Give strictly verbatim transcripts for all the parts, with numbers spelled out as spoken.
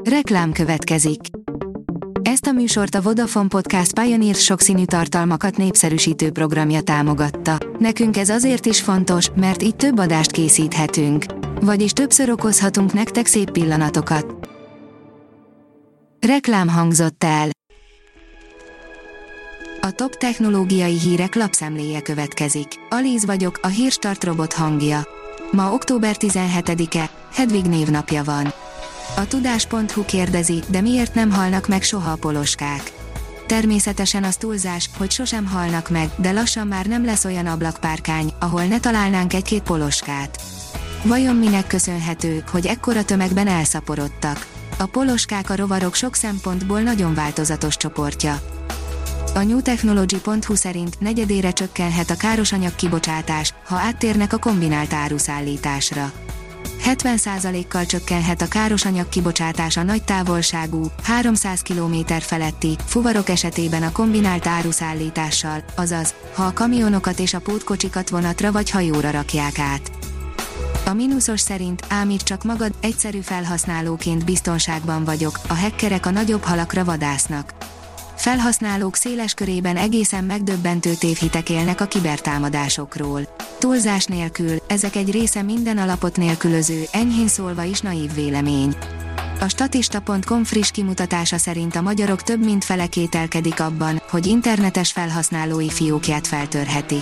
Reklám következik. Ezt a műsort a Vodafone Podcast Pioneer sokszínű tartalmakat népszerűsítő programja támogatta. Nekünk ez azért is fontos, mert így több adást készíthetünk. Vagyis többször okozhatunk nektek szép pillanatokat. Reklám hangzott el. A top technológiai hírek lapszemléje következik. Alíz vagyok, a Hírstart robot hangja. Ma október tizenhetedike, Hedvig névnapja van. A tudás pont hu kérdezi, de miért nem halnak meg soha a poloskák? Természetesen az túlzás, hogy sosem halnak meg, de lassan már nem lesz olyan ablakpárkány, ahol ne találnánk egy-két poloskát. Vajon minek köszönhető, hogy ekkora tömegben elszaporodtak? A poloskák a rovarok sok szempontból nagyon változatos csoportja. A new technology pont hu szerint negyedére csökkenhet a károsanyag kibocsátás, ha áttérnek a kombinált áruszállításra. hetven százalékkal csökkenhet a károsanyag kibocsátás a nagy távolságú, háromszáz kilométer feletti fuvarok esetében a kombinált áruszállítással, azaz, ha a kamionokat és a pótkocsikat vonatra vagy hajóra rakják át. A mínuszos szerint, ám itt csak magad, egyszerű felhasználóként biztonságban vagyok, a hackerek a nagyobb halakra vadásznak. Felhasználók széles körében egészen megdöbbentő tévhitek élnek a kibertámadásokról. Túlzás nélkül, ezek egy része minden alapot nélkülöző, enyhén szólva is naív vélemény. A statista pont com friss kimutatása szerint a magyarok több mint fele kételkedik abban, hogy internetes felhasználói fiókját feltörhetik.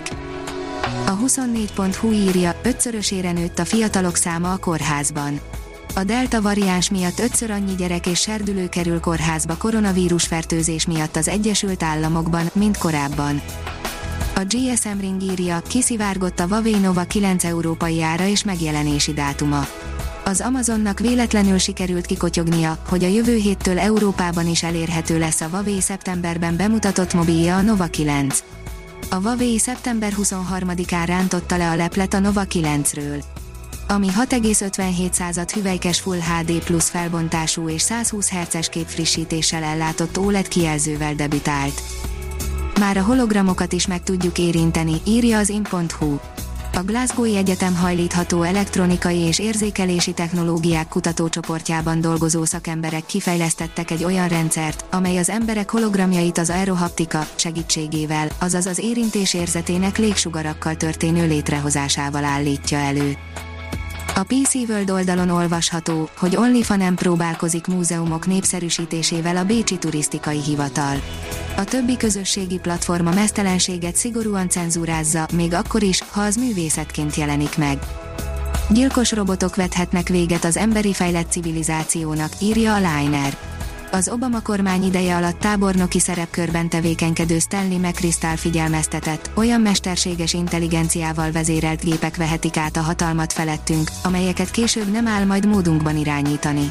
A huszonnégy pont hu írja, ötszörösére nőtt a fiatalok száma a kórházban. A delta variáns miatt ötször annyi gyerek és serdülő kerül kórházba koronavírusfertőzés miatt az Egyesült Államokban, mint korábban. A gé es em Ring írja, kiszivárgott a Huawei Nova kilenc európai ára és megjelenési dátuma. Az Amazonnak véletlenül sikerült kikotyognia, hogy a jövő héttől Európában is elérhető lesz a Huawei szeptemberben bemutatott mobilja, a Nova kilenc. A Huawei szeptember huszonharmadikán rántotta le a leplet a Nova kilencről. Ami hat egész ötvenhét hüvelykes Full há dé plusz felbontású és százhúsz hertzes képfrissítéssel ellátott ó el é dé kijelzővel debütált. Már a hologramokat is meg tudjuk érinteni, írja az in pont hu. A Glasgow-i Egyetem hajlítható elektronikai és érzékelési technológiák kutatócsoportjában dolgozó szakemberek kifejlesztettek egy olyan rendszert, amely az emberek hologramjait az aerohaptika segítségével, azaz az érintés érzetének légsugarakkal történő létrehozásával állítja elő. A pé cé World oldalon olvasható, hogy OnlyFans-en próbálkozik múzeumok népszerűsítésével a Bécsi Turisztikai Hivatal. A többi közösségi platform a meztelenséget szigorúan cenzúrázza, még akkor is, ha az művészetként jelenik meg. Gyilkos robotok vethetnek véget az emberi fejlett civilizációnak, írja a Liner. Az Obama kormány ideje alatt tábornoki szerepkörben tevékenykedő Stanley McChrystal figyelmeztetett, olyan mesterséges intelligenciával vezérelt gépek vehetik át a hatalmat felettünk, amelyeket később nem áll majd módunkban irányítani.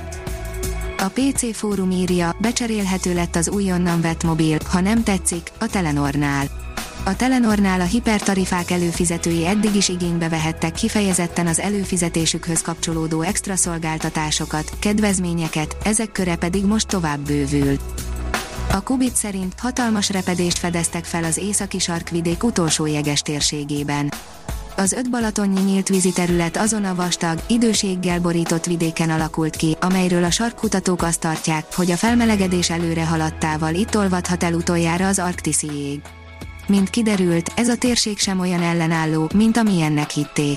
A pé cé Fórum írja, becserélhető lett az újonnan vett mobil, ha nem tetszik, a Telenornál. A Telenornál a hipertarifák előfizetői eddig is igénybe vehettek kifejezetten az előfizetésükhöz kapcsolódó extra szolgáltatásokat, kedvezményeket, ezek köre pedig most tovább bővül. A Kubit szerint hatalmas repedést fedeztek fel az északi sarkvidék utolsó jeges térségében. Az öt balatonnyi nyílt vízi terület azon a vastag, idős jéggel borított vidéken alakult ki, amelyről a sarkkutatók azt tartják, hogy a felmelegedés előre haladtával itt olvadhat el utoljára az arktiszi jég. Mint kiderült, ez a térség sem olyan ellenálló, mint amilyennek hitték.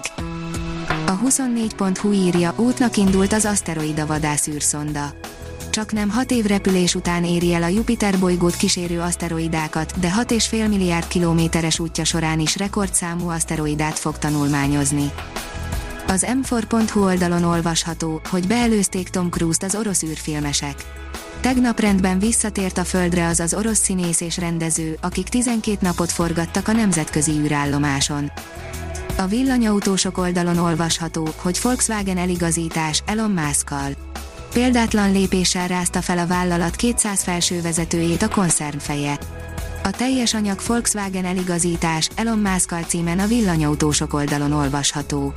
A huszonnégy pont hu írja, útnak indult az aszteroida vadász űrszonda. Csaknem hat év repülés után éri el a Jupiter bolygót kísérő aszteroidákat, de hat egész öt milliárd kilométeres útja során is rekordszámú aszteroidát fog tanulmányozni. Az em négy pont hu oldalon olvasható, hogy beelőzték Tom Cruise-t az orosz űrfilmesek. Tegnap rendben visszatért a Földre az az orosz színész és rendező, akik tizenkét napot forgattak a nemzetközi űrállomáson. A villanyautósok oldalon olvasható, hogy Volkswagen eligazítás Elon Muskkal. Példátlan lépéssel rázta fel a vállalat kétszáz felsővezetőjét a koncernfeje. A teljes anyag Volkswagen eligazítás Elon Muskkal címen a villanyautósok oldalon olvasható.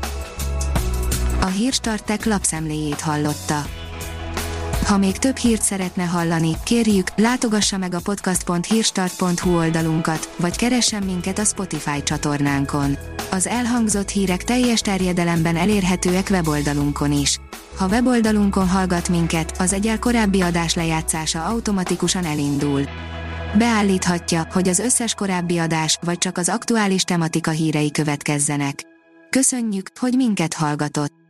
A Hírstart Tech lapszemléjét hallotta. Ha még több hírt szeretne hallani, kérjük, látogassa meg a podcast pont hírstart pont hu oldalunkat, vagy keressen minket a Spotify csatornánkon. Az elhangzott hírek teljes terjedelemben elérhetőek weboldalunkon is. Ha weboldalunkon hallgat minket, az egyel korábbi adás lejátszása automatikusan elindul. Beállíthatja, hogy az összes korábbi adás, vagy csak az aktuális tematika hírei következzenek. Köszönjük, hogy minket hallgatott!